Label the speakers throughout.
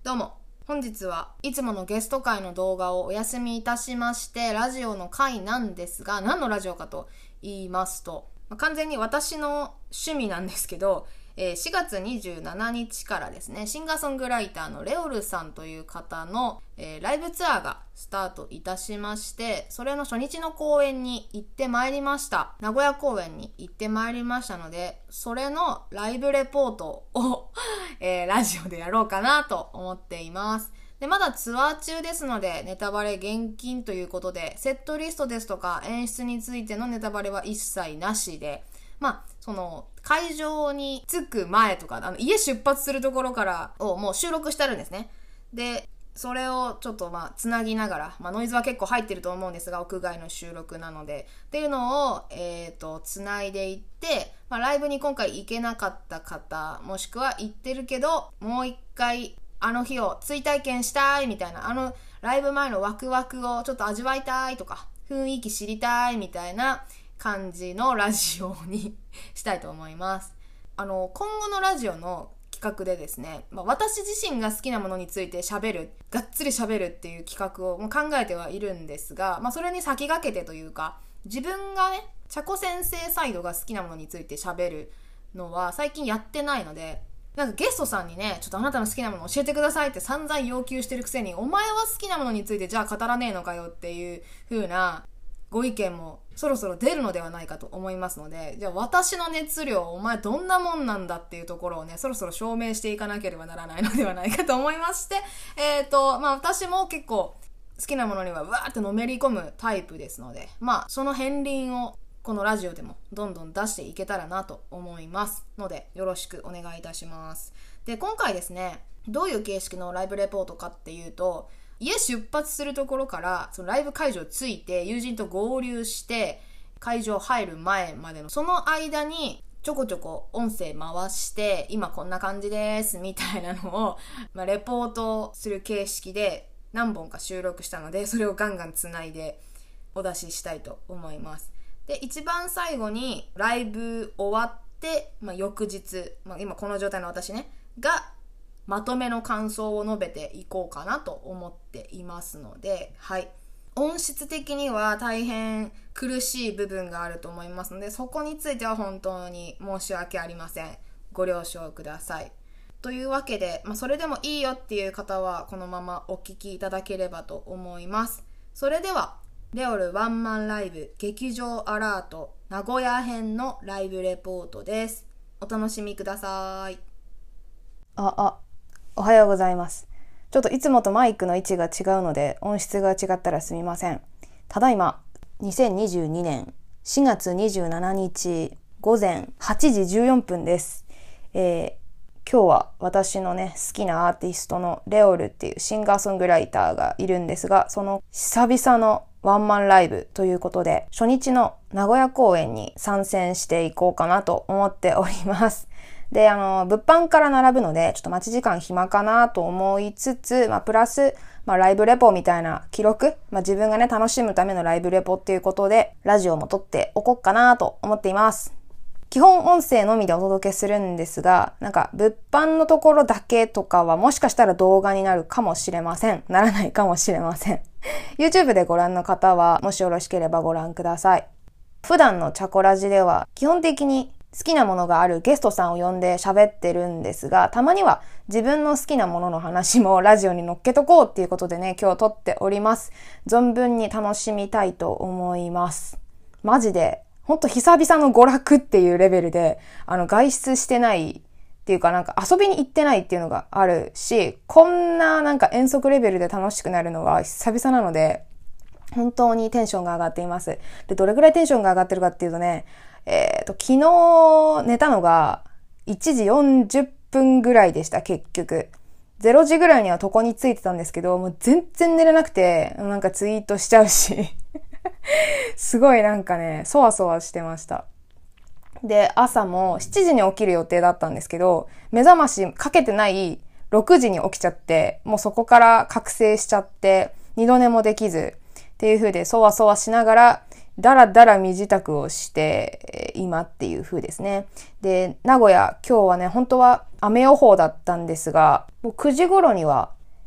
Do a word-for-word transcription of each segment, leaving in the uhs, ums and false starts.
Speaker 1: どうも、本日はいつものゲスト会の動画をお休みいたしまして、ラジオの回なんですが、何のラジオかと言いますと、完全に私の趣味なんですけど、しがつにじゅうしちにちからですね、シンガーソングライターのレオルさんという方の、えー、ライブツアーがスタートいたしまして、それの初日の公演に行ってまいりました。名古屋公演に行ってまいりましたので、それのライブレポートを、えー、ラジオでやろうかなと思っています。で、まだツアー中ですので、ネタバレ厳禁ということで、セットリストですとか演出についてのネタバレは一切なしで、まあ、その、会場に着く前とか、あの、家出発するところからをもう収録してあるんですね。で、それをちょっとまあ、つなぎながら、まあ、ノイズは結構入ってると思うんですが、屋外の収録なので、っていうのを、えっと、つないでいって、まあ、ライブに今回行けなかった方、もしくは行ってるけど、もう一回、あの日を追体験したいみたいな、あの、ライブ前のワクワクをちょっと味わいたいとか、雰囲気知りたいみたいな、感じのラジオにしたいと思います。あの、今後のラジオの企画でですね、まあ、私自身が好きなものについて喋る、がっつり喋るっていう企画をもう考えてはいるんですが、まあ、それに先駆けてというか、自分がね、ちゃこ先生サイドが好きなものについて喋るのは最近やってないので、なんかゲストさんにね、ちょっとあなたの好きなもの教えてくださいって散々要求してるくせに、お前は好きなものについてじゃあ語らねえのかよっていう風なご意見もそろそろ出るのではないかと思いますので、じゃあ私の熱量、お前どんなもんなんだっていうところをね、そろそろ証明していかなければならないのではないかと思いまして、えっと、まあ私も結構好きなものにはわーってのめり込むタイプですので、まあその片鱗をこのラジオでもどんどん出していけたらなと思いますので、よろしくお願いいたします。で、今回ですね、どういう形式のライブレポートかっていうと、家出発するところからそのライブ会場着いて友人と合流して会場入る前までのその間にちょこちょこ音声回して今こんな感じですみたいなのを、まあ、レポートする形式で何本か収録したので、それをガンガンつないでお出ししたいと思います。で、一番最後にライブ終わって、まあ、翌日、まあ、今この状態の私ねがまとめの感想を述べていこうかなと思っていますので、はい。音質的には大変苦しい部分があると思いますので、そこについては本当に申し訳ありません。ご了承ください。というわけで、まあ、それでもいいよっていう方はこのままお聞きいただければと思います。それでは、レオルワンマンライブ劇場アラート名古屋編のライブレポートです。お楽しみください。
Speaker 2: あ、あ、おはようございます。ちょっといつもとマイクの位置が違うので音質が違ったらすみません。ただいまにせんにじゅうにねんしがつにじゅうしちにちごぜんはちじじゅうよんぷんです。えー、今日は私のね好きなアーティストのレオルっていうシンガーソングライターがいるんですが、その久々のワンマンライブということで初日の名古屋公演に参戦していこうかなと思っております。で、あの、物販から並ぶので、ちょっと待ち時間暇かなと思いつつ、まあ、プラス、まあ、ライブレポみたいな記録、まあ、自分がね、楽しむためのライブレポっていうことで、ラジオも撮っておこうかなと思っています。基本音声のみでお届けするんですが、なんか、物販のところだけとかは、もしかしたら動画になるかもしれません。ならないかもしれません。YouTube でご覧の方は、もしよろしければご覧ください。普段のチャコラジでは、基本的に好きなものがあるゲストさんを呼んで喋ってるんですが、たまには自分の好きなものの話もラジオに乗っけとこうっていうことでね、今日撮っております。存分に楽しみたいと思います。マジで、ほんと久々の娯楽っていうレベルで、あの外出してないっていうかなんか遊びに行ってないっていうのがあるし、こんななんか遠足レベルで楽しくなるのは久々なので、本当にテンションが上がっています。で、どれくらいテンションが上がってるかっていうとね、えっと、昨日寝たのがいちじよんじゅっぷんぐらいでした、結局。れいじぐらいには床についてたんですけど、もう全然寝れなくて、なんかツイートしちゃうし。すごいなんかね、そわそわしてました。で、朝もしちじに起きる予定だったんですけど、目覚ましかけてないろくじに起きちゃって、もうそこから覚醒しちゃって、二度寝もできず、っていう風でそわそわしながら、だらだら身支度をして、今っていう風ですね。で、名古屋、今日はね、本当は雨予報だったんですが、もうくじ頃には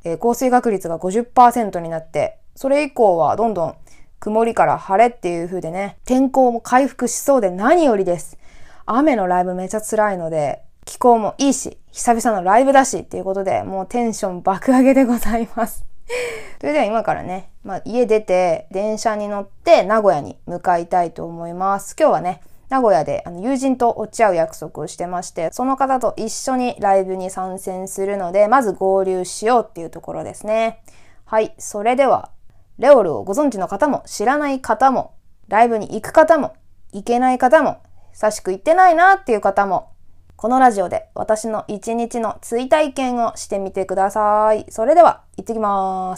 Speaker 2: えー、降水確率が ごじゅっパーセント になって、それ以降はどんどん曇りから晴れっていう風でね、天候も回復しそうで何よりです。雨のライブめちゃ辛いので、気候もいいし、久々のライブだしっていうことで、もうテンション爆上げでございます。それでは今からね、まあ家出て電車に乗って名古屋に向かいたいと思います。今日はね、名古屋であの友人と落ち合う約束をしてまして、その方と一緒にライブに参戦するので、まず合流しようっていうところですね。はい、それでは、レオルをご存知の方も知らない方も、ライブに行く方も、行けない方も、久しく行ってないなっていう方も、このラジオで私の一日の追体験をしてみてください。それでは、行ってきます。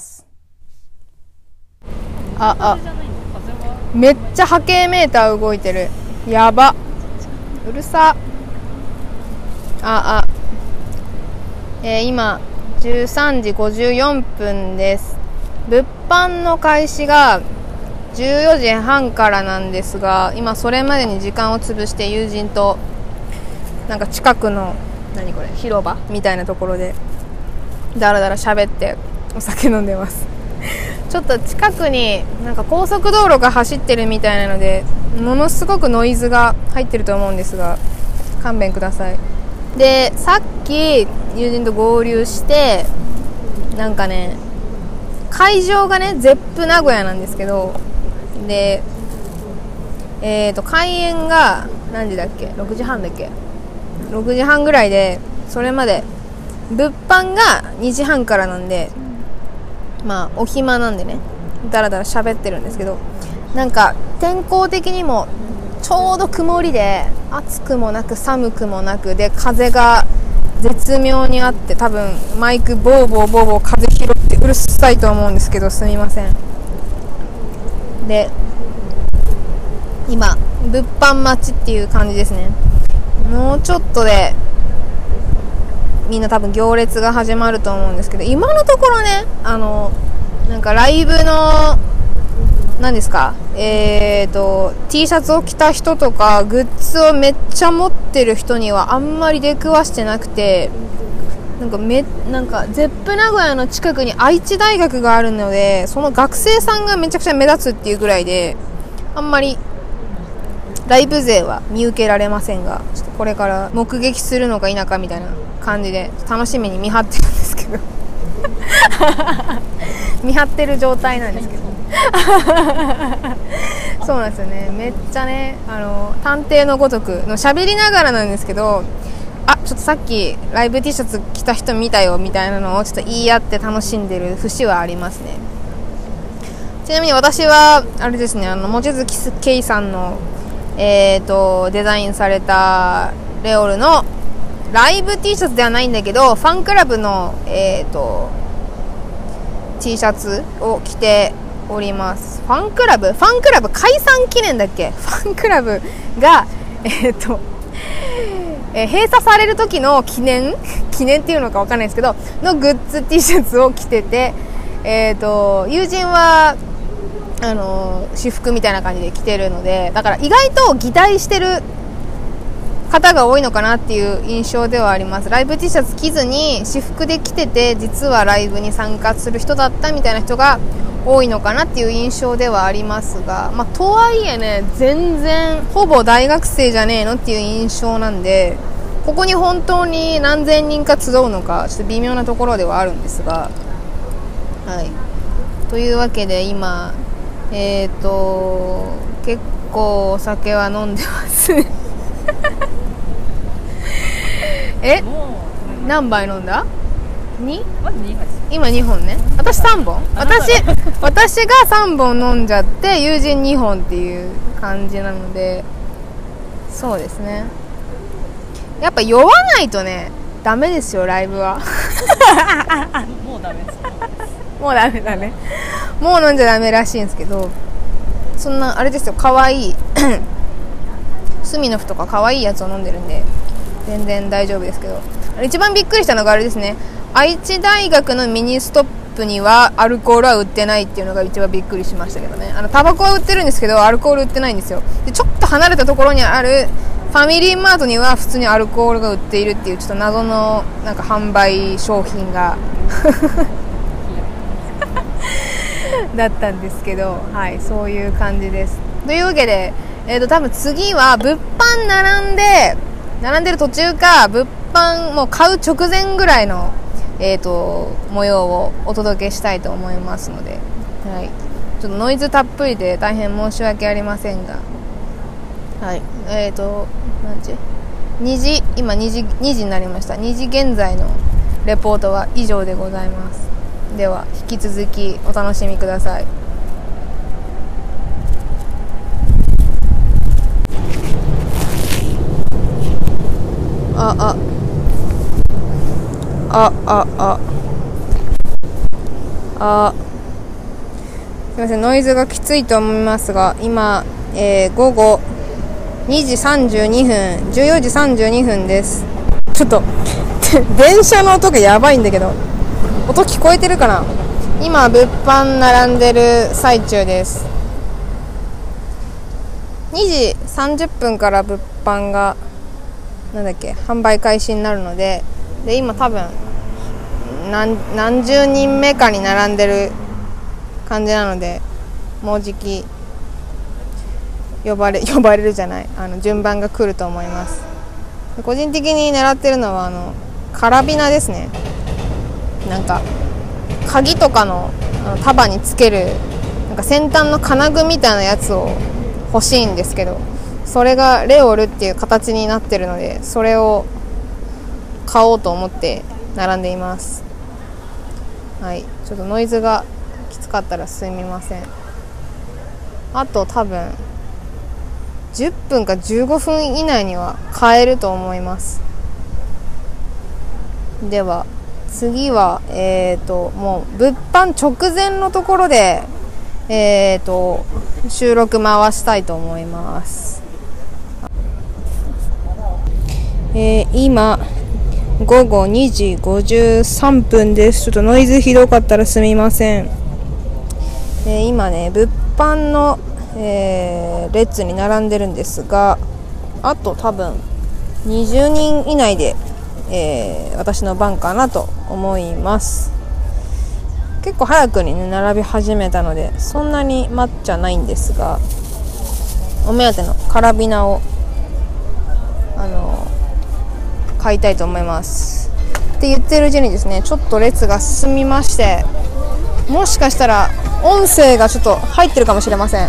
Speaker 2: あ、あ、めっちゃ波形メーター動いてる。やば。うるさ。あ、あ。えー、今、じゅうさんじごじゅうよんぷんです。物販の開始がじゅうよじはんからなんですが、今それまでに時間を潰して友人と、なんか近くの、何これ、広場みたいなところで、だらだら喋ってお酒飲んでます。ちょっと近くになんか高速道路が走ってるみたいなので、ものすごくノイズが入ってると思うんですが、勘弁ください。で、さっき友人と合流して、なんかね、会場がね、ゼップ名古屋なんですけど、で、えーと、開演が何時だっけ ?ろくじはんだっけ ?ろくじはんぐらいで、それまで、物販がにじはんからなんで、まあ、お暇なんでね、だらだら喋ってるんですけど、なんか、天候的にも、ちょうど曇りで、暑くもなく寒くもなく、で、風が絶妙にあって、多分、マイクボーボーボーボー風拾ってうるさいと思うんですけど、すみません。で、今、物販待ちっていう感じですね。もうちょっとで、みんな多分行列が始まると思うんですけど、今のところね、あの、なんかライブの、何ですか、えーと、T シャツを着た人とか、グッズをめっちゃ持ってる人にはあんまり出くわしてなくて、なんかめ、なんか、ゼップ名古屋の近くに愛知大学があるので、その学生さんがめちゃくちゃ目立つっていうぐらいで、あんまり、ライブ勢は見受けられませんが、ちょっとこれから目撃するのか否かみたいな感じで楽しみに見張ってるんですけど見張ってる状態なんですけどそうなんですよね。めっちゃね、あの探偵のごとくの喋りながらなんですけど、あ、ちょっとさっきライブ T シャツ着た人見たよみたいなのをちょっと言い合って楽しんでる節はありますね。ちなみに私はあれですね、あの望月圭さんのえーと、デザインされたレオルのライブ T シャツではないんだけど、ファンクラブの、えーと、T シャツを着ております。ファンクラブファンクラブ解散記念だっけファンクラブが、えーと、えー、閉鎖される時の記念記念っていうのかわかんないですけど、のグッズ T シャツを着てて、えーと、友人は、あの私服みたいな感じで着てるので、だから意外と擬態してる方が多いのかなっていう印象ではあります。ライブ T シャツ着ずに私服で着てて、実はライブに参加する人だったみたいな人が多いのかなっていう印象ではありますが、まあ、とはいえね、全然ほぼ大学生じゃねえのっていう印象なんで、ここに本当に何千人か集うのかちょっと微妙なところではあるんですが、はい、というわけで今えーと結構お酒は飲んでますねえ、何杯飲んだ？ に？ 今にほんね。私さんぼん？私私がさんぼん飲んじゃって友人にほんっていう感じなので、そうですね。やっぱ酔わないとねダメですよ、ライブは
Speaker 3: もうダメです
Speaker 1: もうダメだね。もう飲んじゃダメらしいんですけど、そんなあれですよ、可愛いスミノフとか可愛いやつを飲んでるんで全然大丈夫ですけど、一番びっくりしたのがあれですね、愛知大学のミニストップにはアルコールは売ってないっていうのが一番びっくりしましたけどね。あのタバコは売ってるんですけどアルコール売ってないんですよ。でちょっと離れたところにあるファミリーマートには普通にアルコールが売っているっていう、ちょっと謎のなんか販売商品がだったんですけど、はい、そういう感じです。というわけで、えーと、多分次は物販並んで、並んでる途中か、物販もう買う直前ぐらいの、えーと、模様をお届けしたいと思いますので、はい、ちょっとノイズたっぷりで大変申し訳ありませんが、はい、えーと、何時？にじ、今2時、にじになりました。にじ現在のレポートは以上でございます。では引き続きお楽しみください。ああああああすみません、ノイズがきついと思いますが、今、えー、午後にじさんじゅうにふん、じゅうよじさんじゅうにふんです。ちょっと電車の音がやばいんだけど、音聞こえてるかな。今物販並んでる最中です。にじさんじゅっぷんから物販がなんだっけ販売開始になるので、で今多分 何, 何十人目かに並んでる感じなので、もうじき呼ばれ呼ばれるじゃないあの順番が来ると思います。個人的に狙ってるのはあのカラビナですね。なんか鍵とかの束につけるなんか先端の金具みたいなやつを欲しいんですけど、それがレオルっていう形になってるので、それを買おうと思って並んでいます。はい、ちょっとノイズがきつかったらすみません。あと多分じゅっぷんかじゅうごふん以内には買えると思います。では次はえーともう物販直前のところでえーと収録回したいと思います。えー、今ごごにじごじゅうさんぷんです。ちょっとノイズひどかったらすみません。えー、今ね物販の、えー、列に並んでるんですが、あと多分にじゅうにん以内で、えー、私の番かなと思います。結構早くにね並び始めたのでそんなに待っちゃないんですが、お目当てのカラビナをあの買いたいと思いますって言ってるうちにですね、ちょっと列が進みまして、もしかしたら音声がちょっと入ってるかもしれません。い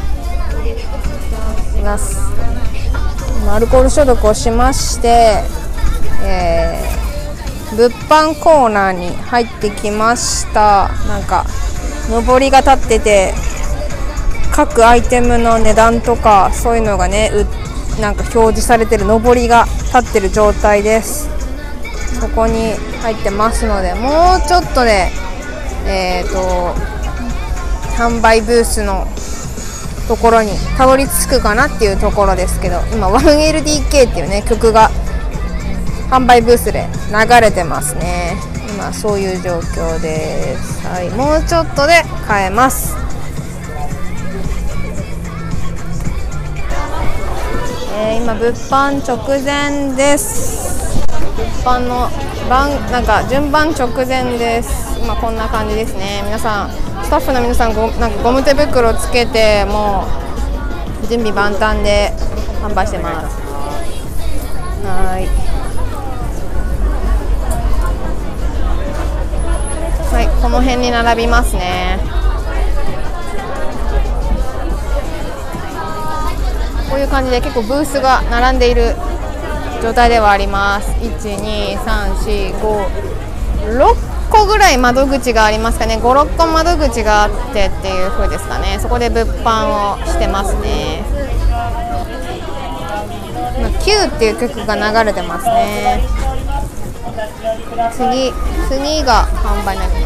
Speaker 1: きます。今アルコール消毒をしまして、えー、物販コーナーに入ってきました。なんか上りが立ってて、各アイテムの値段とかそういうのがねなんか表示されてる上りが立ってる状態です。そこに入ってますので、もうちょっとで、えーと販売ブースのところにたどり着くかなっていうところですけど、今 ワンエルディーケー っていうね曲が販売ブースで流れてますね。今そういう状況です。はい、もうちょっとで買えます。えー、今物販直前です。物販の番なんか順番直前です。今こんな感じですね。皆さんスタッフの皆さんごなんかゴム手袋つけてもう準備万端で販売してます。はいはい、この辺に並びますね。こういう感じで結構ブースが並んでいる状態ではあります。いち、に、さん、し、ご、ろっこぐらい窓口がありますかね。ご、ろっこ窓口があってっていう風ですかね。そこで物販をしてますね。キューっていう曲が流れてますね。次、次が販売になります。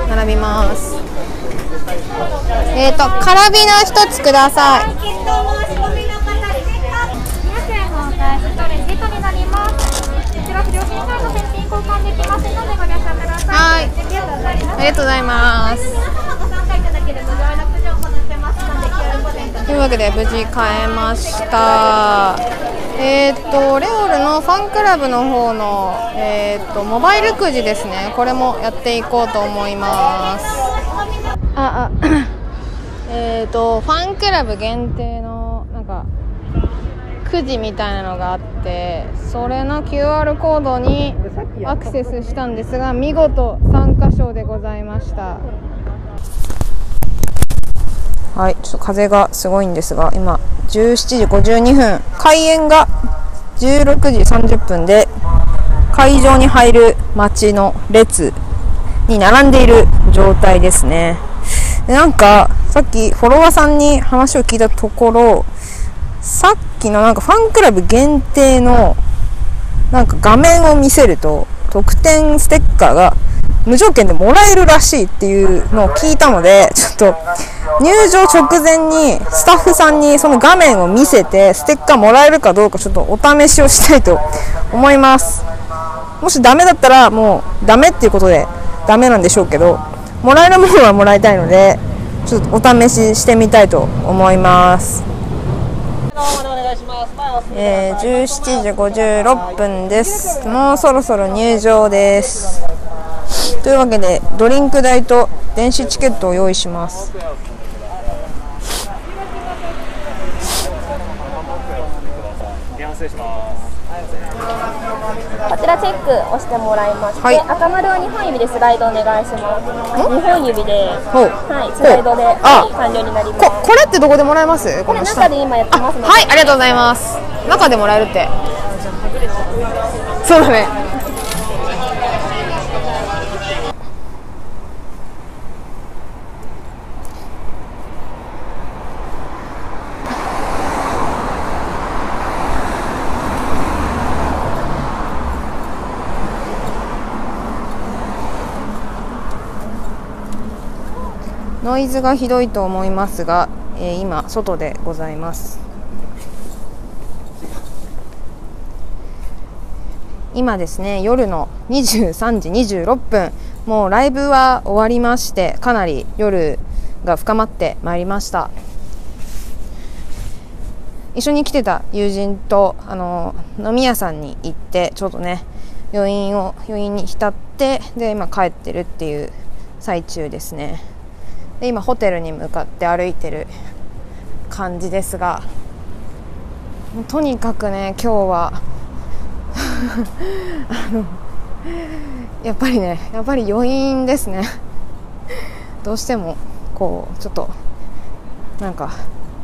Speaker 1: 並びます。えーと、カラビナ一つください。はい、ありがとうございます。というわけで無事買えました。えーとレオルのファンクラブの方の、えーとモバイルくじですね。これもやっていこうと思います。
Speaker 2: あ、あ、えっと、ファンクラブ限定の、なんか、くじみたいなのがあって、それの キューアール コードにアクセスしたんですが、見事参加賞でございました。はい、ちょっと風がすごいんですが、今、じゅうしちじごじゅうにふん、開演がじゅうろくじさんじゅっぷんで、会場に入る待ちの列に並んでいる状態ですね。でなんかさっきフォロワーさんに話を聞いたところ、さっきのなんかファンクラブ限定のなんか画面を見せると特典ステッカーが無条件でもらえるらしいっていうのを聞いたので、ちょっと入場直前にスタッフさんにその画面を見せてステッカーもらえるかどうかちょっとお試しをしたいと思います。もしダメだったらもうダメっていうことでダメなんでしょうけど、もらえるものはもらいたいのでちょっとお試ししてみたいと思います。えー、じゅうしちじごじゅうろっぷんです。もうそろそろ入場です。というわけでドリンク代と電子チケットを用意します。
Speaker 4: こちらチェック押してもらいまして、はい、赤丸はにほん指でスライドお願いします。にほん指で、はい、スライドで、はい、完了になります。
Speaker 2: こ、これってどこでもらえます？
Speaker 4: これ中で今やってますので。
Speaker 2: はい、ありがとうございます。中でもらえるって。そうだね。ノイズがひどいと思いますが、えー、今外でございます。今ですね、夜のにじゅうさんじにじゅうろっぷん、もうライブは終わりまして、かなり夜が深まってまいりました。一緒に来てた友人とあの飲み屋さんに行って、ちょっとね余韻を余韻に浸って、で今帰ってるっていう最中ですね。で今ホテルに向かって歩いてる感じですが、とにかくね今日はあのやっぱりねやっぱり余韻ですね。どうしてもこうちょっとなんか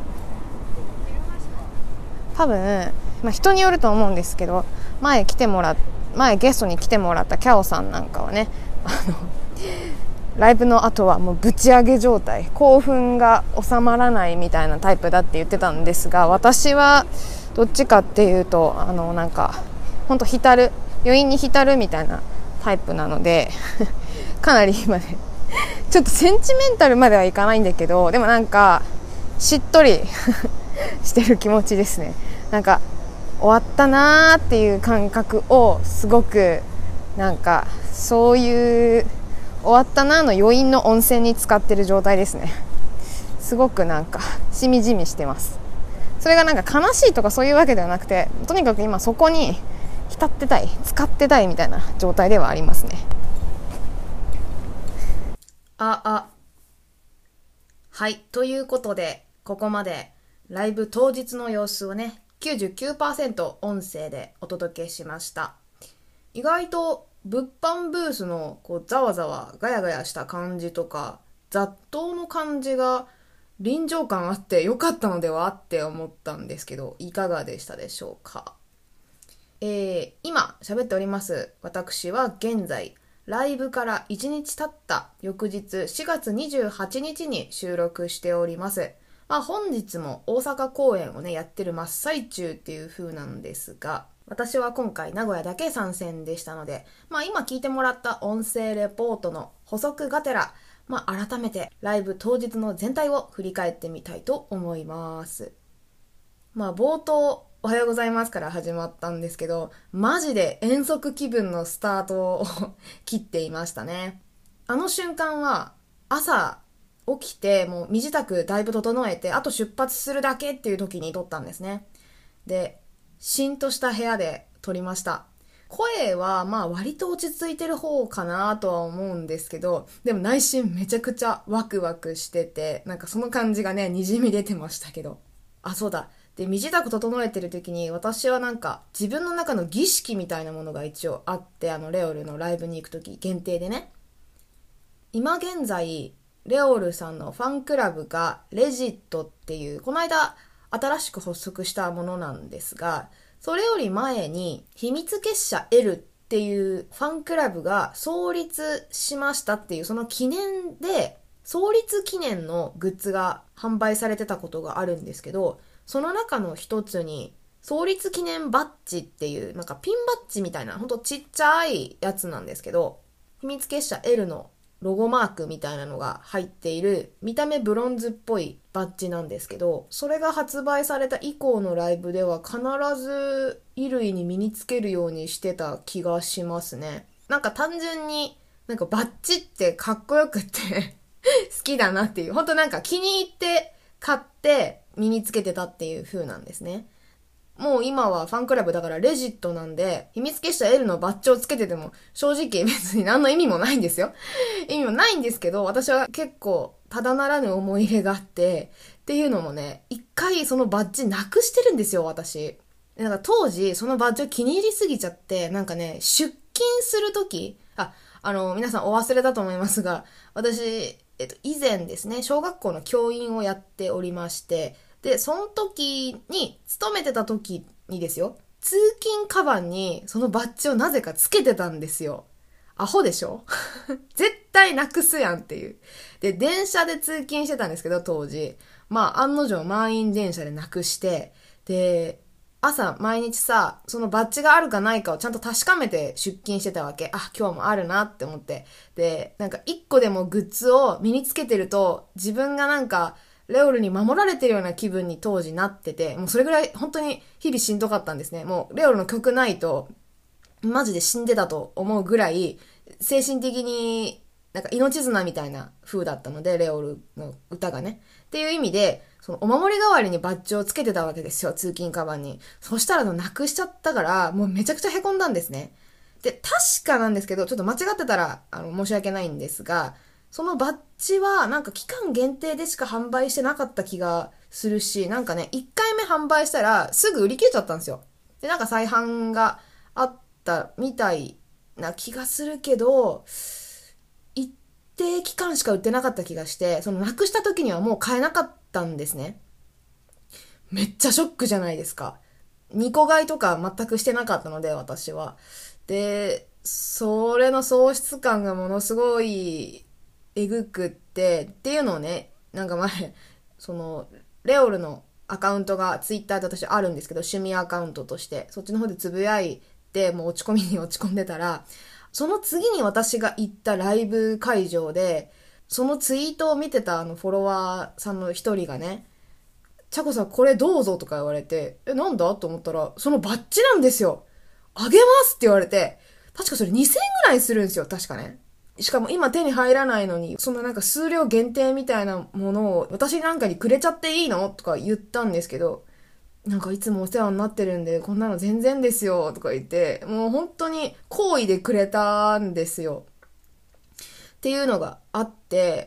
Speaker 2: 多分、まあ、人によると思うんですけど、前来てもらっ前ゲストに来てもらったキャオさんなんかはね、あのライブの後はもうぶち上げ状態、興奮が収まらないみたいなタイプだって言ってたんですが、私はどっちかっていうとあのなんか本当浸る余韻に浸るみたいなタイプなのでかなり今ねちょっとセンチメンタルまではいかないんだけど、でもなんかしっとりしてる気持ちですね。なんか終わったなーっていう感覚をすごくなんかそういう終わったなの余韻の温泉に浸かってる状態ですね。すごくなんかしみじみしてます。それがなんか悲しいとかそういうわけではなくて、とにかく今そこに浸ってたい、浸ってたいみたいな状態ではありますね。
Speaker 1: ああはい、ということでここまでライブ当日の様子をね きゅうじゅうきゅうパーセント 音声でお届けしました。意外と物販ブースのこうざわざわガヤガヤした感じとか雑踏の感じが臨場感あって良かったのではって思ったんですけど、いかがでしたでしょうか。えー、今喋っております私は現在ライブからいちにち経った翌日しがつにじゅうはちにちに収録しております。まあ、本日も大阪公演をねやってる真っ最中っていう風なんですが、私は今回名古屋だけ参戦でしたので、まあ今聞いてもらった音声レポートの補足がてら、まあ改めてライブ当日の全体を振り返ってみたいと思います。まあ冒頭おはようございますから始まったんですけど、マジで遠足気分のスタートを切っていましたね。あの瞬間は朝起きてもう身支度だいぶ整えてあと出発するだけっていう時に撮ったんですね。で、しんとした部屋で撮りました。 声はまあ割と落ち着いてる方かなとは思うんですけど、でも内心めちゃくちゃワクワクしてて、なんかその感じがね、滲み出てましたけど。あ、そうだ。で、身支度整えてる時に私はなんか自分の中の儀式みたいなものが一応あって、あのレオルのライブに行く時限定でね。今現在、レオルさんのファンクラブがレジットっていう、この間新しく発足したものなんですが、それより前に秘密結社 L っていうファンクラブが創立しましたっていう、その記念で創立記念のグッズが販売されてたことがあるんですけど、その中の一つに創立記念バッジっていうなんかピンバッジみたいなほんとちっちゃいやつなんですけど、秘密結社 L のロゴマークみたいなのが入っている見た目ブロンズっぽいバッジなんですけど、それが発売された以降のライブでは必ず衣類に身につけるようにしてた気がしますね。なんか単純になんかバッジってかっこよくって好きだなっていう、本当なんか気に入って買って身につけてたっていう風なんですね。もう今はファンクラブだからレジットなんで、秘密結社 L のバッジをつけてても正直別に何の意味もないんですよ。意味もないんですけど、私は結構ただならぬ思い入れがあって、っていうのもね、一回そのバッジなくしてるんですよ、私。なんか当時そのバッジを気に入りすぎちゃって、なんかね、出勤するとき、あ、あの、皆さんお忘れだと思いますが、私、えっと、以前ですね、小学校の教員をやっておりまして、で、その時に、勤めてた時にですよ、通勤カバンにそのバッジをなぜかつけてたんですよ。アホでしょ絶対なくすやんっていう。で、電車で通勤してたんですけど、当時。まあ、案の定満員電車でなくして、で、朝毎日さ、そのバッジがあるかないかをちゃんと確かめて出勤してたわけ。あ、今日もあるなって思って。で、なんか一個でもグッズを身につけてると、自分がなんか、レオルに守られてるような気分に当時なってて、もうそれぐらい本当に日々しんどかったんですね。もうレオルの曲ないと、マジで死んでたと思うぐらい、精神的になんか命綱みたいな風だったので、レオルの歌がね。っていう意味で、そのお守り代わりにバッジをつけてたわけですよ、通勤カバンに。そしたらのなくしちゃったから、もうめちゃくちゃ凹んだんですね。で、確かなんですけど、ちょっと間違ってたらあの申し訳ないんですが、そのバッジはなんか期間限定でしか販売してなかった気がするし、なんかね、いっかいめ販売したらすぐ売り切れちゃったんですよ。で、なんか再販があったみたいな気がするけど、一定期間しか売ってなかった気がして、そのなくした時にはもう買えなかったんですね。めっちゃショックじゃないですか。にこ買いとか全くしてなかったので、私は。で、それの喪失感がものすごいえぐくって、っていうのをね、なんか前、その、レオルのアカウントがツイッターで私あるんですけど、趣味アカウントとして、そっちの方でつぶやいて、もう落ち込みに落ち込んでたら、その次に私が行ったライブ会場で、そのツイートを見てたあのフォロワーさんの一人がね、チャコさんこれどうぞとか言われて、え、なんだと思ったら、そのバッジなんですよ。あげますって言われて、確かそれにせんえんぐらいするんですよ、確かね。しかも今手に入らないのに、そんななんか数量限定みたいなものを私なんかにくれちゃっていいのとか言ったんですけど、なんかいつもお世話になってるんで、こんなの全然ですよとか言って、もう本当に好意でくれたんですよ。っていうのがあって、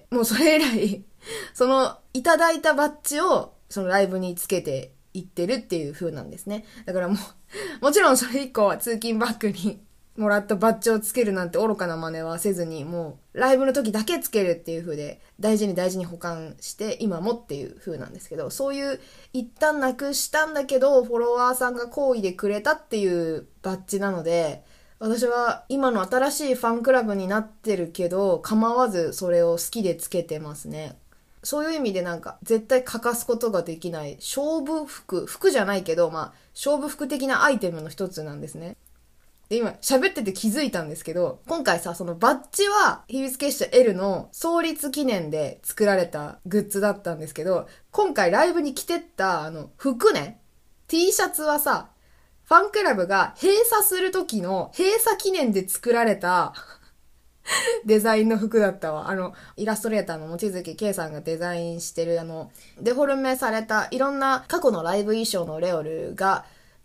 Speaker 1: もうそれ以来、そのいただいたバッジをそのライブにつけていってるっていう風なんですね。だからもう、もちろんそれ以降は通勤バッグにもらったバッジをつけるなんて愚かな真似はせずに、もうライブの時だけつけるっていう風で大事に大事に保管して今もっていう風なんですけど、そういう一旦なくしたんだけどフォロワーさんが好意でくれたっていうバッジなので、私は今の新しいファンクラブになってるけど構わずそれを好きでつけてますね。そういう意味でなんか絶対欠かすことができない勝負服、服じゃないけどまあ勝負服的なアイテムの一つなんですね。で、今喋ってて気づいたんですけど、今回さ、そのバッジは秘密結社 L の創立記念で作られたグッズだったんですけど、今回ライブに着てったあの服ね、T シャツはさ、ファンクラブが閉鎖する時の閉鎖記念で作られたデザインの服だったわ。あの、イラストレーターの望月圭さんがデザインしてるあの、デフォルメされたいろんな過去のライブ衣装のレオルが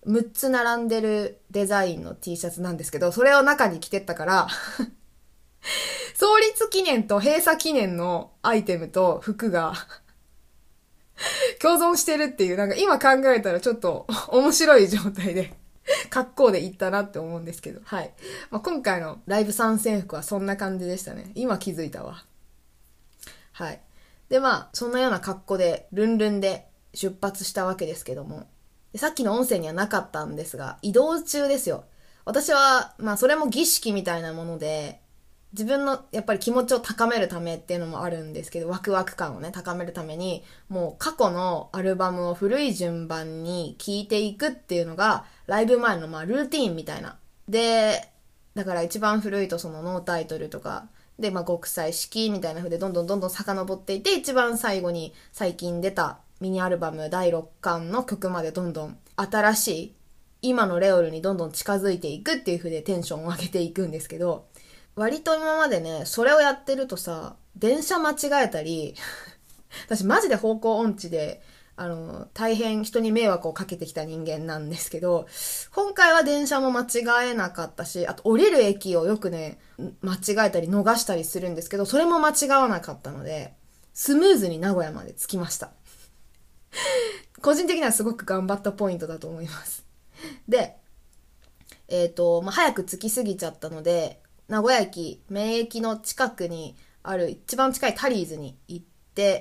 Speaker 1: むっつ並んでるデザインの T シャツなんですけど、それを中に着てったから創立記念と閉鎖記念のアイテムと服が共存してるっていう、なんか今考えたらちょっと面白い状態で格好で行ったなって思うんですけど、はい。まあ、今回のライブ参戦服はそんな感じでしたね。今気づいたわ。はい。で、まあ、そんなような格好で、ルンルンで出発したわけですけども、さっきの音声にはなかったんですが、移動中ですよ。私は、まあそれも儀式みたいなもので、自分のやっぱり気持ちを高めるためっていうのもあるんですけど、ワクワク感をね、高めるために、もう過去のアルバムを古い順番に聴いていくっていうのが、ライブ前のまあルーティーンみたいな。で、だから一番古いとそのノータイトルとか、で、まあ極彩式みたいな風でどんどんどんどん遡っていて、一番最後に最近出たミニアルバムだいろっかんの曲までどんどん新しい今のレオルにどんどん近づいていくっていう風でテンションを上げていくんですけど、割と今までね、それをやってるとさ、電車間違えたり私マジで方向音痴であの大変人に迷惑をかけてきた人間なんですけど、今回は電車も間違えなかったし、あと降りる駅をよくね間違えたり逃したりするんですけど、それも間違わなかったのでスムーズに名古屋まで着きました個人的にはすごく頑張ったポイントだと思います。で、えっと、まあ、早く着きすぎちゃったので、名古屋駅、名駅の近くにある一番近いタリーズに行って、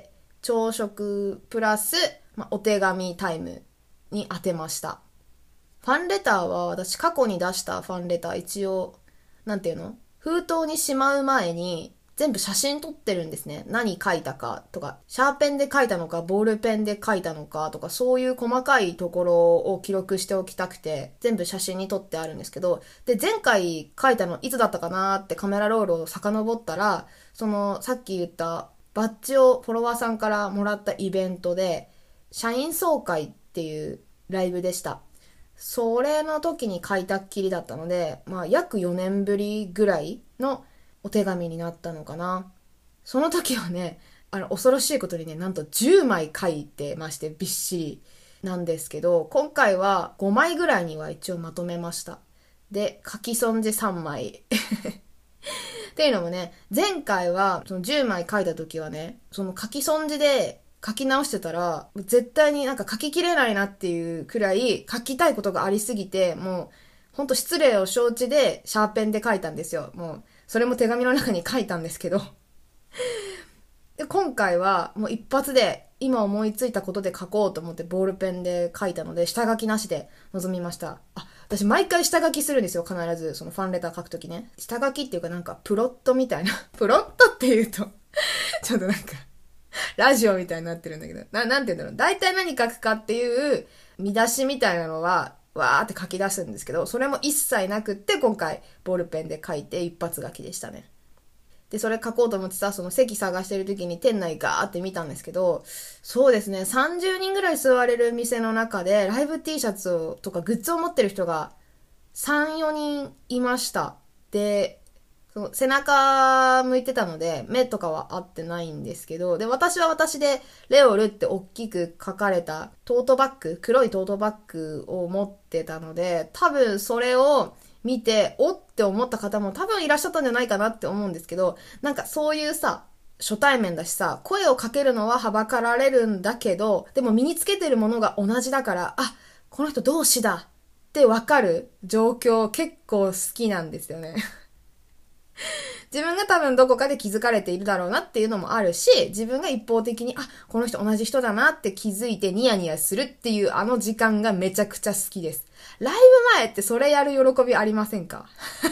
Speaker 1: 朝食プラス、まあ、お手紙タイムに当てました。ファンレターは私過去に出したファンレター一応、なんていうの？封筒にしまう前に全部写真撮ってるんですね。何書いたかとか、シャーペンで書いたのか、ボールペンで書いたのかとか、そういう細かいところを記録しておきたくて、全部写真に撮ってあるんですけど、で、前回書いたのいつだったかなってカメラロールを遡ったら、その、さっき言ったバッジをフォロワーさんからもらったイベントで、社員総会っていうライブでした。それの時に書いたっきりだったので、まあ、約よねんぶりぐらいのお手紙になったのかな。その時はね、あの恐ろしいことにね、なんとじゅうまい書いてまして、びっしりなんですけど、今回はごまいぐらいには一応まとめました。で、書き損じさんまいっていうのもね、前回はそのじゅうまい書いた時はね、その書き損じで書き直してたら絶対になんか書ききれないなっていうくらい書きたいことがありすぎて、もうほんと失礼を承知でシャーペンで書いたんですよ。もうそれも手紙の中に書いたんですけどで、今回はもう一発で今思いついたことで書こうと思ってボールペンで書いたので、下書きなしで臨みました。あ、私毎回下書きするんですよ。必ずそのファンレター書くときね。下書きっていうかなんかプロットみたいなプロットっていうとちょっとなんかラジオみたいになってるんだけど、な、なんて言うんだろう。大体何書くかっていう見出しみたいなのはわーって書き出すんですけど、それも一切なくって今回ボールペンで書いて一発書きでしたね。で、それ書こうと思ってさ、その席探してる時に店内ガーって見たんですけど、そうですね、さんじゅうにんぐらい座れる店の中でライブ T シャツをとかグッズを持ってる人がさん、よにんいました。で、その背中向いてたので目とかは合ってないんですけど、で、私は私でレオルって大きく書かれたトートバッグ、黒いトートバッグを持ってたので、多分それを見ておって思った方も多分いらっしゃったんじゃないかなって思うんですけど、なんかそういうさ、初対面だしさ、声をかけるのははばかられるんだけど、でも身につけてるものが同じだから、あ、この人同志だってわかる状況結構好きなんですよね自分が多分どこかで気づかれているだろうなっていうのもあるし、自分が一方的に、あ、この人同じ人だなって気づいてニヤニヤするっていうあの時間がめちゃくちゃ好きです。ライブ前ってそれやる喜びありませんか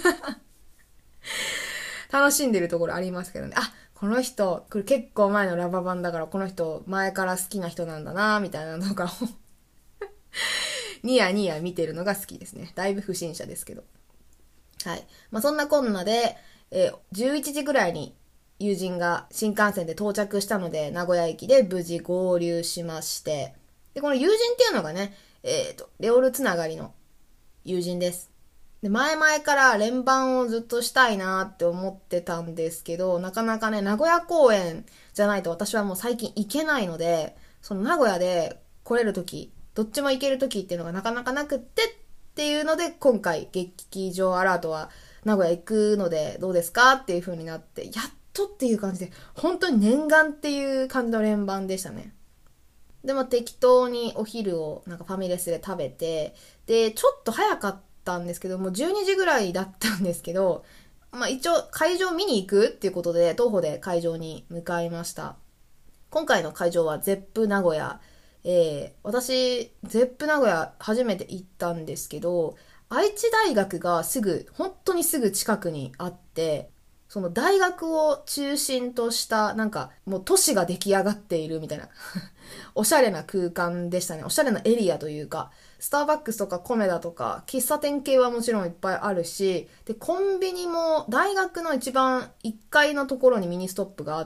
Speaker 1: 楽しんでるところありますけどね。あ、この人、これ結構前のラバ版だからこの人前から好きな人なんだなみたいなのとかをニヤニヤ見てるのが好きですね。だいぶ不審者ですけど。はい。まあそんなこんなで、えー、じゅういちじぐらいに友人が新幹線で到着したので、名古屋駅で無事合流しまして、で、この友人っていうのがね、えっと、レオルつながりの友人です。で、前々から連番をずっとしたいなって思ってたんですけど、なかなかね、名古屋公演じゃないと私はもう最近行けないので、その名古屋で来れる時どっちも行ける時っていうのがなかなかなくってっていうので、今回劇場アラートは名古屋行くのでどうですかっていう風になって、やっとっていう感じで、本当に念願っていう感じの連番でしたね。でも適当にお昼をなんかファミレスで食べて、でちょっと早かったんですけど、もうじゅうにじぐらいだったんですけど、まあ一応会場見に行くっていうことで徒歩で会場に向かいました。今回の会場はゼップ名古屋。えー、私ゼップ名古屋初めて行ったんですけど、愛知大学がすぐ本当にすぐ近くにあって、その大学を中心としたなんかもう都市が出来上がっているみたいなおしゃれな空間でしたね。おしゃれなエリアというか、スターバックスとかコメダとか喫茶店系はもちろんいっぱいあるし、でコンビニも大学の一番いっかいのところにミニストップがあって、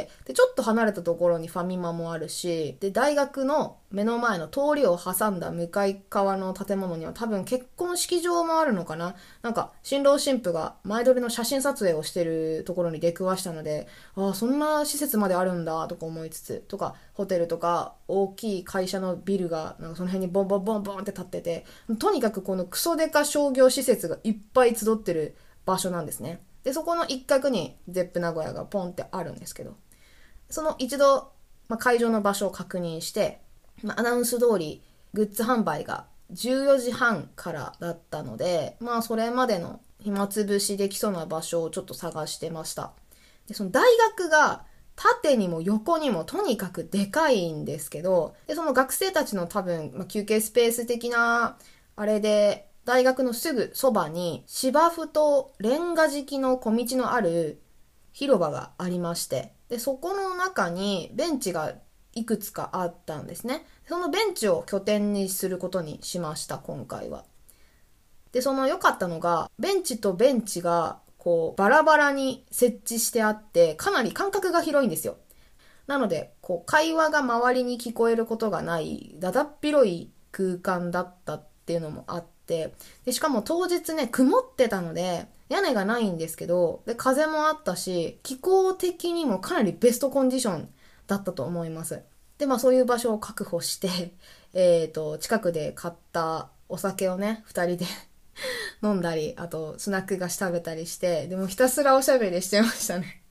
Speaker 1: でちょっと離れたところにファミマもあるし、で大学の目の前の通りを挟んだ向かい側の建物には多分結婚式場もあるのかな。なんか新郎新婦が前撮りの写真撮影をしてるところに出くわしたので、ああそんな施設まであるんだとか思いつつ、とかホテルとか大きい会社のビルがなんかその辺にボンボンボンボンって立ってて、とにかくこのクソデカ商業施設がいっぱい集ってる場所なんですね。でそこの一角にゼップ名古屋がポンってあるんですけど、その一度、まあ、会場の場所を確認して、まあ、アナウンス通りグッズ販売がじゅうよじはんからだったので、まあそれまでの暇つぶしできそうな場所をちょっと探してました。でその大学が縦にも横にもとにかくでかいんですけど、でその学生たちの多分、まあ、休憩スペース的なあれで、大学のすぐそばに芝生とレンガ敷きの小道のある広場がありまして、でそこの中にベンチがいくつかあったんですね。そのベンチを拠点にすることにしました、今回は。でその良かったのが、ベンチとベンチがこうバラバラに設置してあって、かなり間隔が広いんですよ。なのでこう会話が周りに聞こえることがないだだっ広い空間だったっていうのもあって、でしかも当日ね曇ってたので屋根がないんですけど、で風もあったし、気候的にもかなりベストコンディションだったと思います。でまあそういう場所を確保してえーと近くで買ったお酒をねふたりで飲んだり、あとスナック菓子食べたりして、でもひたすらおしゃべりしてましたね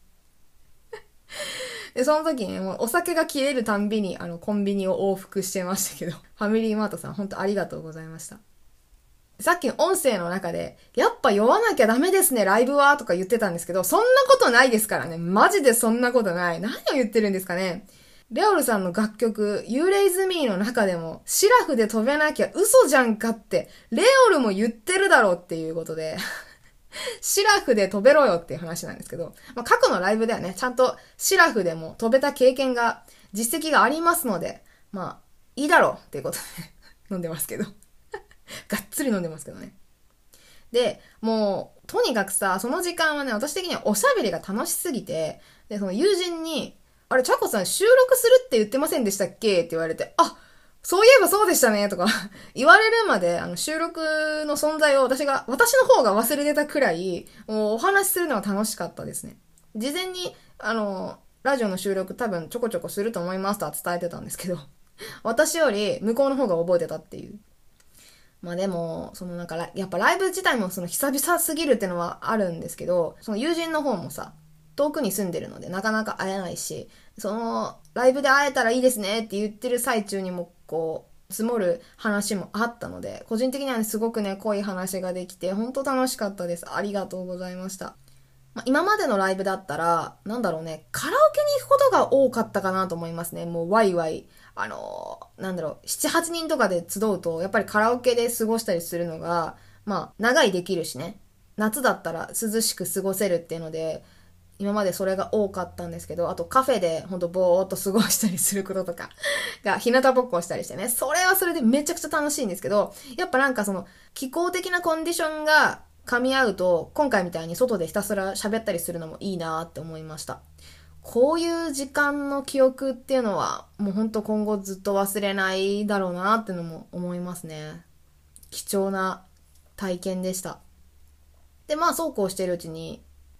Speaker 1: でその時に、ね、もうお酒が切れるたんびにあのコンビニを往復してましたけど、ファミリーマートさん本当ありがとうございました。さっきの音声の中でやっぱ酔わなきゃダメですねライブはとか言ってたんですけど、そんなことないですからね。マジでそんなことない。何を言ってるんですかね。レオルさんの楽曲 You Raise Me の中でもシラフで飛べなきゃ嘘じゃんかってレオルも言ってるだろうっていうことでシラフで飛べろよっていう話なんですけど、まあ、過去のライブではねちゃんとシラフでも飛べた経験が実績がありますので、まあいいだろうっていうことで飲んでますけどがっつり飲んでますけどね。でもうとにかくさ、その時間はね私的にはおしゃべりが楽しすぎて、でその友人にあれ、チャコさん収録するって言ってませんでしたっけって言われて、あ、そういえばそうでしたねとか言われるまで、あの収録の存在を私が、私の方が忘れてたくらい、もうお話しするのは楽しかったですね。事前に、あの、ラジオの収録多分ちょこちょこすると思いますとは伝えてたんですけど、私より向こうの方が覚えてたっていう。まあでも、そのなんか、やっぱライブ自体もその久々すぎるってのはあるんですけど、その友人の方もさ、遠くに住んでるのでなかなか会えないし、そのライブで会えたらいいですねって言ってる最中にもこう積もる話もあったので、個人的にはねすごくね濃い話ができて本当楽しかったです。ありがとうございました。まあ、今までのライブだったらなんだろうね、カラオケに行くことが多かったかなと思いますね。もうワイワイあのー、なんだろうななはちにんとかで集うとやっぱりカラオケで過ごしたりするのがまあ長いできるしね、夏だったら涼しく過ごせるっていうので今までそれが多かったんですけど、あとカフェでほんとぼーっと過ごしたりすることとかが日向ぼっこをしたりしてね、それはそれでめちゃくちゃ楽しいんですけど、やっぱなんかその気候的なコンディションが噛み合うと今回みたいに外でひたすら喋ったりするのもいいなって思いました。こういう時間の記憶っていうのはもうほんと今後ずっと忘れないだろうなっていうのも思いますね。貴重な体験でした。でまあそうこうしているうちに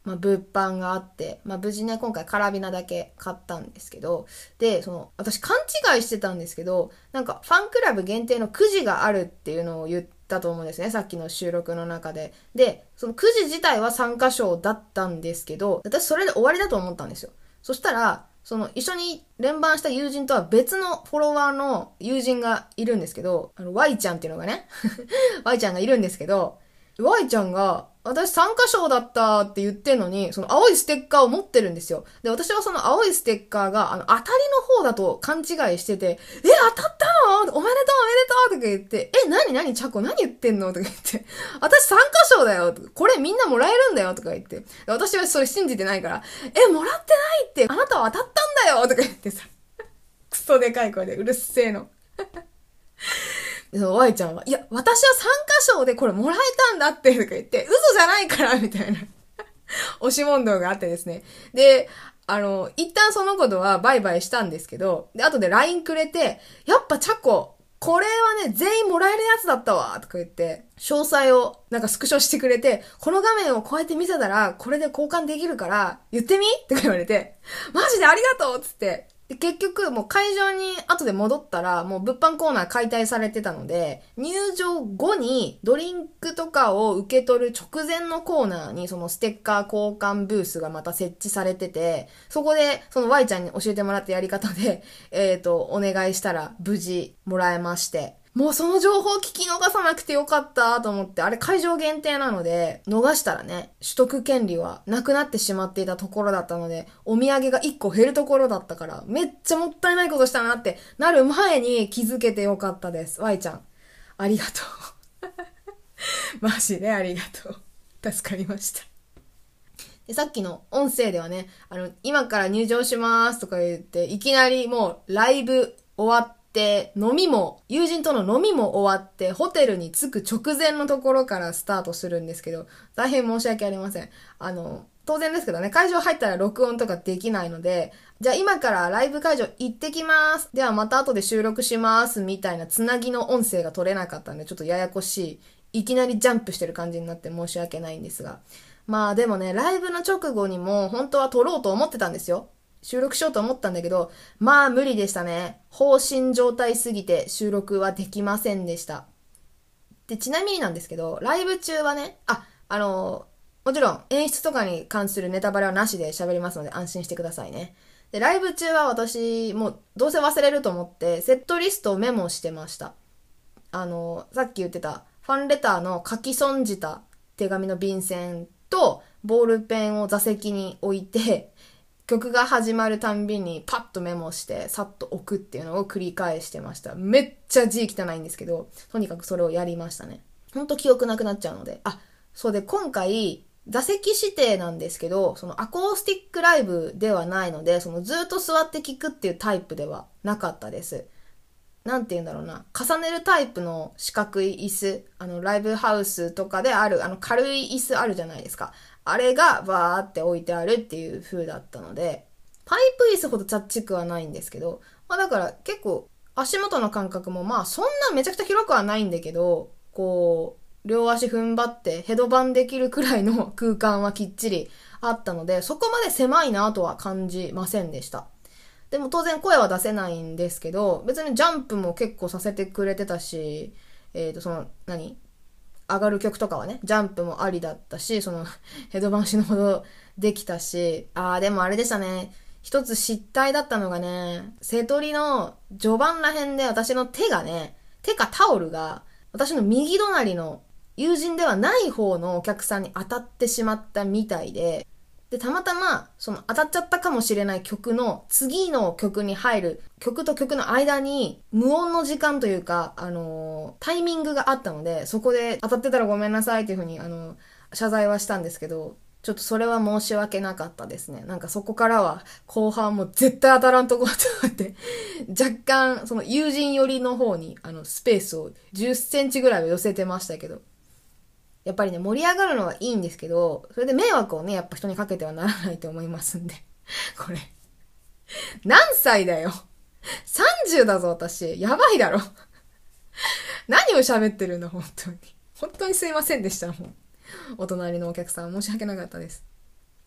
Speaker 1: まあ、物販があって、まあ、無事ね、今回カラビナだけ買ったんですけど、で、その、私勘違いしてたんですけど、なんか、ファンクラブ限定のくじがあるっていうのを言ったと思うんですね、さっきの収録の中で。で、そのくじ自体は参加賞だったんですけど、私それで終わりだと思ったんですよ。そしたら、その一緒に連番した友人とは別のフォロワーの友人がいるんですけど、あの、Y ちゃんっていうのがね、Y ちゃんがいるんですけど、Y ちゃんが、私参加賞だったって言ってんのに、その青いステッカーを持ってるんですよ。で、私はその青いステッカーが、あの、当たりの方だと勘違いしてて、え、当たったのおめでとうおめでとうとか言って、え、なになにチャコ何言ってんのとか言って、私参加賞だよこれみんなもらえるんだよとか言って、私はそれ信じてないから、え、もらってないって、あなたは当たったんだよとか言ってさ、クソでかい声でうるせえの。その Y ちゃんは、いや、私は参加賞でこれもらえたんだって、とか言って、嘘じゃないから、みたいな、押し問答があってですね。で、あの、一旦その子とはバイバイしたんですけど、で、後で ライン くれて、やっぱチャコ、これはね、全員もらえるやつだったわ、とか言って、詳細をなんかスクショしてくれて、この画面をこうやって見せたら、これで交換できるから、言ってみとか言われて、マジでありがとうつって、で結局もう会場に後で戻ったらもう物販コーナー解体されてたので、入場後にドリンクとかを受け取る直前のコーナーにそのステッカー交換ブースがまた設置されてて、そこでその Y ちゃんに教えてもらったやり方で、えっと、お願いしたら無事もらえまして、もうその情報聞き逃さなくてよかったと思って、あれ会場限定なので、逃したらね、取得権利はなくなってしまっていたところだったので、お土産がいっこ減るところだったから、めっちゃもったいないことしたなってなる前に気づけてよかったです。Y ちゃん、ありがとう。マジでありがとう。助かりました。で、さっきの音声ではね、あの、今から入場しますとか言って、いきなりもうライブ終わって、で、飲みも、友人との飲みも終わって、ホテルに着く直前のところからスタートするんですけど、大変申し訳ありません。あの、当然ですけどね、会場入ったら録音とかできないので、じゃあ今からライブ会場行ってきます。ではまた後で収録します。みたいなつなぎの音声が取れなかったんで、ちょっとややこしい。いきなりジャンプしてる感じになって申し訳ないんですが。まあでもね、ライブの直後にも本当は撮ろうと思ってたんですよ。収録しようと思ったんだけど、まあ無理でしたね。放心状態すぎて収録はできませんでした。で、ちなみになんですけど、ライブ中はね、あ、あの、もちろん演出とかに関するネタバレはなしで喋りますので安心してくださいね。で、ライブ中は私、もうどうせ忘れると思って、セットリストをメモしてました。あの、さっき言ってた、ファンレターの書き損じた手紙の便箋と、ボールペンを座席に置いて、曲が始まるたんびにパッとメモしてさっと置くっていうのを繰り返してました。めっちゃ字汚いんですけど、とにかくそれをやりましたね。ほんと記憶なくなっちゃうので。あ、そうで今回座席指定なんですけど、そのアコースティックライブではないので、そのずっと座って聴くっていうタイプではなかったです。なんて言うんだろうな、重ねるタイプの四角い椅子、あのライブハウスとかであるあの軽い椅子あるじゃないですか。あれがバーって置いてあるっていう風だったので、パイプ椅子ほどチャッチくはないんですけど、まあだから結構足元の感覚もまあそんなめちゃくちゃ広くはないんだけど、こう両足踏ん張ってヘドバンできるくらいの空間はきっちりあったので、そこまで狭いなとは感じませんでした。でも当然声は出せないんですけど、別にジャンプも結構させてくれてたし、えーとその何上がる曲とかはね、ジャンプもありだったし、そのヘドバン死ぬほどできたし、あーでもあれでしたね。一つ失態だったのがね、瀬取りの序盤ら辺で私の手がね、手かタオルが私の右隣の友人ではない方のお客さんに当たってしまったみたいで、で、たまたま、その当たっちゃったかもしれない曲の次の曲に入る曲と曲の間に無音の時間というか、あのー、タイミングがあったので、そこで当たってたらごめんなさいというふうに、あのー、謝罪はしたんですけど、ちょっとそれは申し訳なかったですね。なんかそこからは後半も絶対当たらんとこうと思って、若干その友人寄りの方にあのスペースをじゅっセンチぐらいは寄せてましたけど、やっぱりね、盛り上がるのはいいんですけど、それで迷惑をね、やっぱ人にかけてはならないと思いますんで。これ。何歳だよ ?さんじゅう だぞ、私。やばいだろ。何を喋ってるの、本当に。本当にすいませんでした、もう。お隣のお客さん、申し訳なかったです。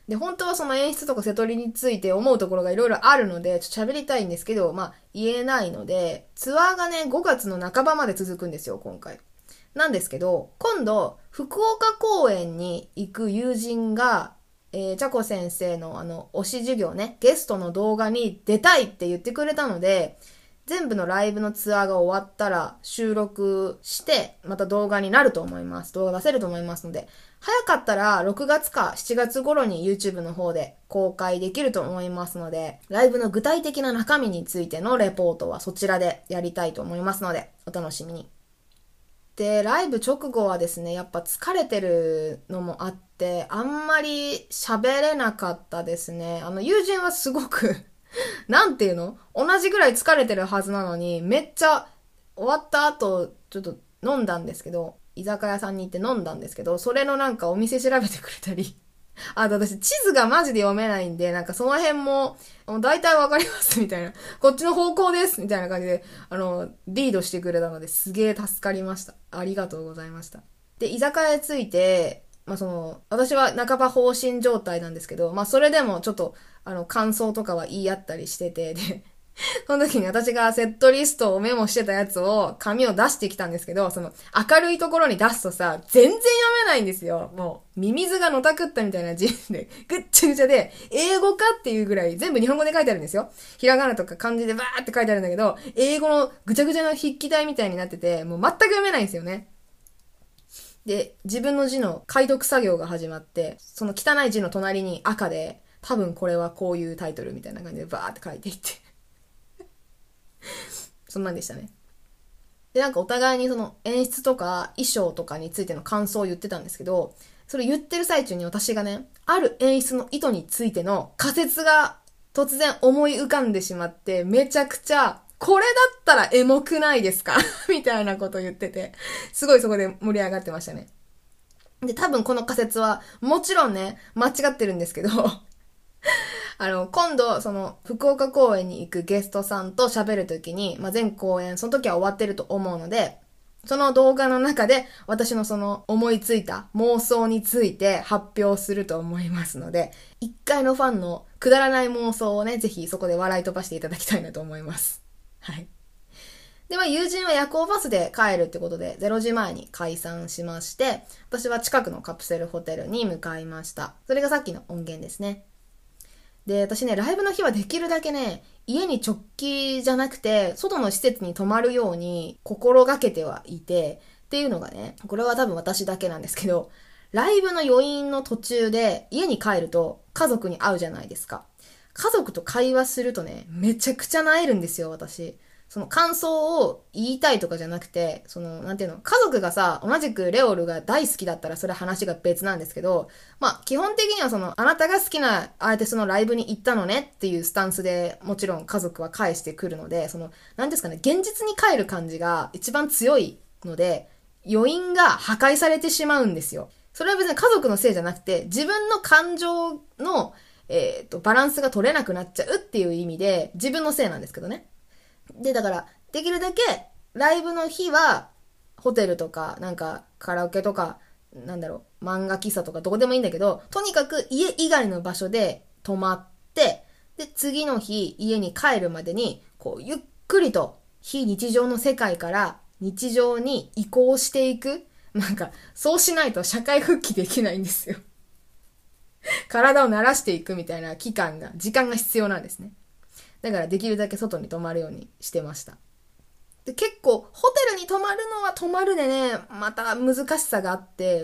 Speaker 1: で、本当はその演出とか瀬取りについて思うところがいろいろあるので、ちょっと喋りたいんですけど、まあ言えないので、ツアーがね、ごがつの半ばまで続くんですよ、今回。なんですけど、今度、福岡公演に行く友人が、えー、ちゃこ先生のあの、推し授業ね、ゲストの動画に出たいって言ってくれたので、全部のライブのツアーが終わったら収録して、また動画になると思います。動画出せると思いますので、早かったらろくがつかしちがつ頃に YouTube の方で公開できると思いますので、ライブの具体的な中身についてのレポートはそちらでやりたいと思いますので、お楽しみに。で、ライブ直後はですね、やっぱ疲れてるのもあって、あんまり喋れなかったですね。あの、友人はすごくなんていうの？同じぐらい疲れてるはずなのに、めっちゃ終わった後、ちょっと飲んだんですけど、居酒屋さんに行って飲んだんですけど、それのなんかお店調べてくれたり、あと私地図がマジで読めないんで、なんかその辺も、もう大体わかりますみたいな、こっちの方向ですみたいな感じで、あの、リードしてくれたのですげー助かりました。ありがとうございました。で、居酒屋に着いて、まあその、私は半ば放心状態なんですけど、まあそれでもちょっと、あの、感想とかは言い合ったりしてて、で、その時に私がセットリストをメモしてたやつを、紙を出してきたんですけど、その、明るいところに出すとさ、全然読めないんですよ。もう、ミミズがのたくったみたいな字で、ぐっちゃぐちゃで、英語かっていうぐらい、全部日本語で書いてあるんですよ。ひらがなとか漢字でバーって書いてあるんだけど、英語のぐちゃぐちゃの筆記体みたいになってて、もう全く読めないんですよね。で、自分の字の解読作業が始まって、その汚い字の隣に赤で、多分これはこういうタイトルみたいな感じでバーって書いていって。そんなんでしたね。で、なんかお互いにその演出とか衣装とかについての感想を言ってたんですけど、それ言ってる最中に私がね、ある演出の意図についての仮説が突然思い浮かんでしまって、めちゃくちゃ、これだったらエモくないですかみたいなこと言ってて、すごいそこで盛り上がってましたね。で、多分この仮説は、もちろんね、間違ってるんですけど、あの、今度、その、福岡公演に行くゲストさんと喋るときに、まあ、全公演、その時は終わってると思うので、その動画の中で、私のその、思いついた妄想について発表すると思いますので、一回のファンのくだらない妄想をね、ぜひそこで笑い飛ばしていただきたいなと思います。はい。で、まあ、友人は夜行バスで帰るってことで、れいじまえに解散しまして、私は近くのカプセルホテルに向かいました。それがさっきの音源ですね。で、私ね、ライブの日はできるだけね、家に直帰じゃなくて、外の施設に泊まるように心がけてはいて、っていうのがね、これは多分私だけなんですけど、ライブの余韻の途中で家に帰ると家族に会うじゃないですか。家族と会話するとね、めちゃくちゃ萎えるんですよ、私。その感想を言いたいとかじゃなくて、その、なんていうの、家族がさ、同じくレオルが大好きだったらそれは話が別なんですけど、まあ、基本的にはその、あなたが好きなアーティストのライブに行ったのねっていうスタンスでもちろん家族は返してくるので、その、なんですかね、現実に帰る感じが一番強いので、余韻が破壊されてしまうんですよ。それは別に家族のせいじゃなくて、自分の感情の、えっと、バランスが取れなくなっちゃうっていう意味で、自分のせいなんですけどね。で、だから、できるだけ、ライブの日は、ホテルとか、なんか、カラオケとか、なんだろう、漫画喫茶とかどこでもいいんだけど、とにかく家以外の場所で泊まって、で、次の日、家に帰るまでに、こう、ゆっくりと、非日常の世界から日常に移行していく。なんか、そうしないと社会復帰できないんですよ。体を慣らしていくみたいな期間が、時間が必要なんですね。だからできるだけ外に泊まるようにしてました。で、結構ホテルに泊まるのは泊まるでね、また難しさがあって、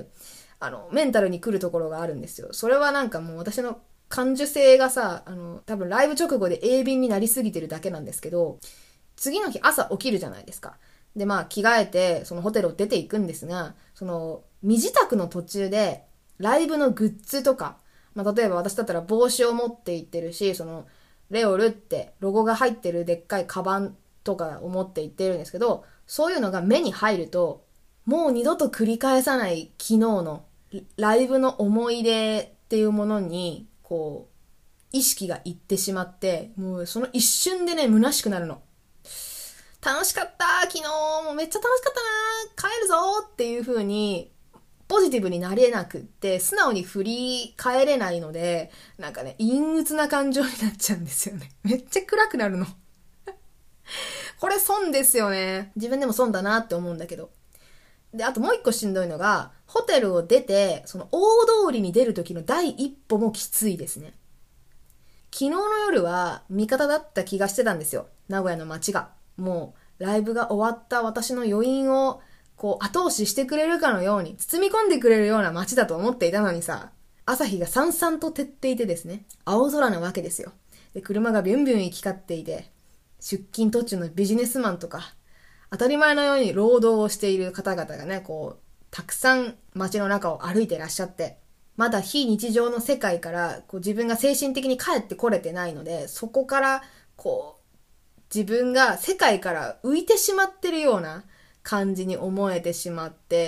Speaker 1: あの、メンタルに来るところがあるんですよ。それはなんかもう私の感受性がさ、あの、多分ライブ直後で鋭敏になりすぎてるだけなんですけど、次の日朝起きるじゃないですか。で、まあ着替えてそのホテルを出ていくんですが、その、身支度の途中でライブのグッズとか、まあ例えば私だったら帽子を持って行ってるし、その、レオルってロゴが入ってるでっかいカバンとかを持って行ってるんですけど、そういうのが目に入ると、もう二度と繰り返さない昨日のライブの思い出っていうものに、こう、意識がいってしまって、もうその一瞬でね、虚しくなるの。楽しかった昨日もうめっちゃ楽しかったな帰るぞっていう風に、 ポジティブになれなくって、素直に振り返れないので、なんかね、陰鬱な感情になっちゃうんですよね。めっちゃ暗くなるの。これ損ですよね。自分でも損だなって思うんだけど。で、あともう一個しんどいのが、ホテルを出て、その大通りに出る時の第一歩もきついですね。昨日の夜は味方だった気がしてたんですよ。名古屋の街が。もう、ライブが終わった私の余韻を、こう、後押ししてくれるかのように、包み込んでくれるような街だと思っていたのにさ、朝日がさんさんと照っていてですね、青空なわけですよ。で、車がビュンビュン行き交っていて、出勤途中のビジネスマンとか、当たり前のように労働をしている方々がね、こう、たくさん街の中を歩いていらっしゃって、まだ非日常の世界からこう自分が精神的に帰ってこれてないので、そこからこう、自分が世界から浮いてしまってるような感じに思えてしまって、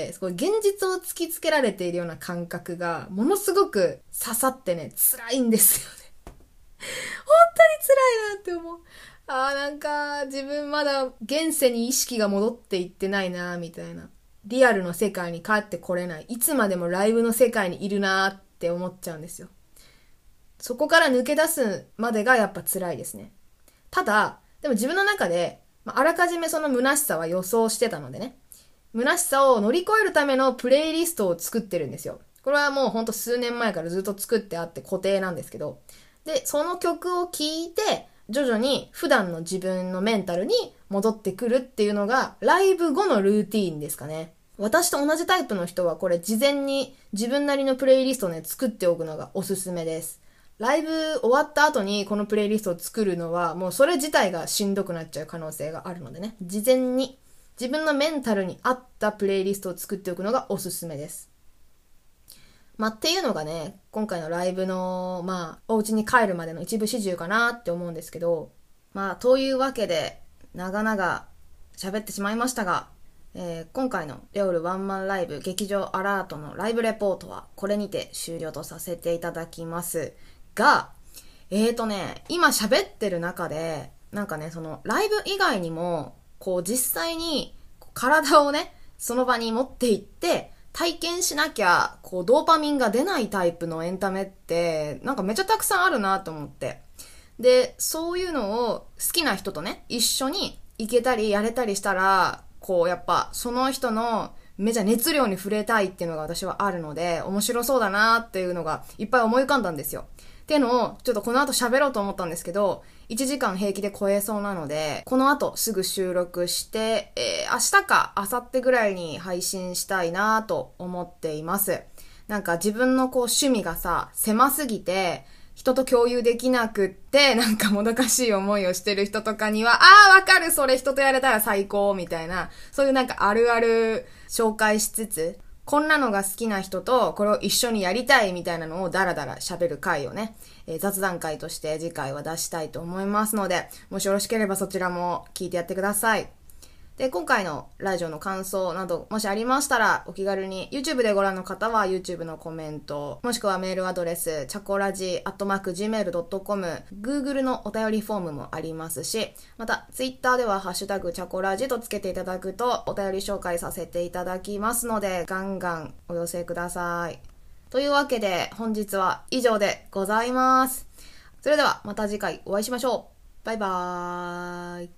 Speaker 1: すごい現実を突きつけられているような感覚がものすごく刺さってね、辛いんですよね。本当に辛いなって思う。あーなんか自分まだ現世に意識が戻っていってないなみたいな。リアルの世界に帰ってこれない。いつまでもライブの世界にいるなって思っちゃうんですよ。そこから抜け出すまでがやっぱ辛いですね。ただ、でも自分の中で、まあ、あらかじめその虚しさは予想してたのでね。虚しさを乗り越えるためのプレイリストを作ってるんですよ。これはもうほんと数年前からずっと作ってあって固定なんですけど。で、その曲を聴いて、徐々に普段の自分のメンタルに戻ってくるっていうのがライブ後のルーティーンですかね。私と同じタイプの人はこれ事前に自分なりのプレイリストをね作っておくのがおすすめです。ライブ終わった後にこのプレイリストを作るのはもうそれ自体がしんどくなっちゃう可能性があるのでね。事前に自分のメンタルに合ったプレイリストを作っておくのがおすすめです。まあ、っていうのがね、今回のライブの、まあ、お家に帰るまでの一部始終かなって思うんですけど、まあ、というわけで、長々喋ってしまいましたが、えー、今回のレオルワンマンライブ劇場アラートのライブレポートはこれにて終了とさせていただきますが、えーとね、今喋ってる中で、なんかね、そのライブ以外にも、こう実際に体をね、その場に持って行って、体験しなきゃ、こう、ドーパミンが出ないタイプのエンタメって、なんかめっちゃたくさんあるなと思って。で、そういうのを好きな人とね、一緒に行けたりやれたりしたら、こう、やっぱ、その人のめちゃ熱量に触れたいっていうのが私はあるので、面白そうだなっていうのがいっぱい思い浮かんだんですよ。っていうのを、ちょっとこの後喋ろうと思ったんですけど、いちじかん平気で超えそうなので、この後すぐ収録して、えー、明日か明後日ぐらいに配信したいなと思っています。なんか自分のこう趣味がさ、狭すぎて、人と共有できなくって、なんかもどかしい思いをしてる人とかには、ああ、わかる、それ人とやれたら最高、みたいな、そういうなんかあるある紹介しつつ、こんなのが好きな人とこれを一緒にやりたいみたいなのをダラダラ喋る回をね、えー、雑談会として次回は出したいと思いますので、もしよろしければそちらも聞いてやってください。で、今回のラジオの感想などもしありましたらお気軽に YouTube でご覧の方は YouTube のコメント、もしくはメールアドレスチャコラジアットマーク ジーメールドットコム、 Google のお便りフォームもありますし、また Twitter ではハッシュタグチャコラジとつけていただくとお便り紹介させていただきますので、ガンガンお寄せください。というわけで本日は以上でございます。それではまた次回お会いしましょう。バイバーイ。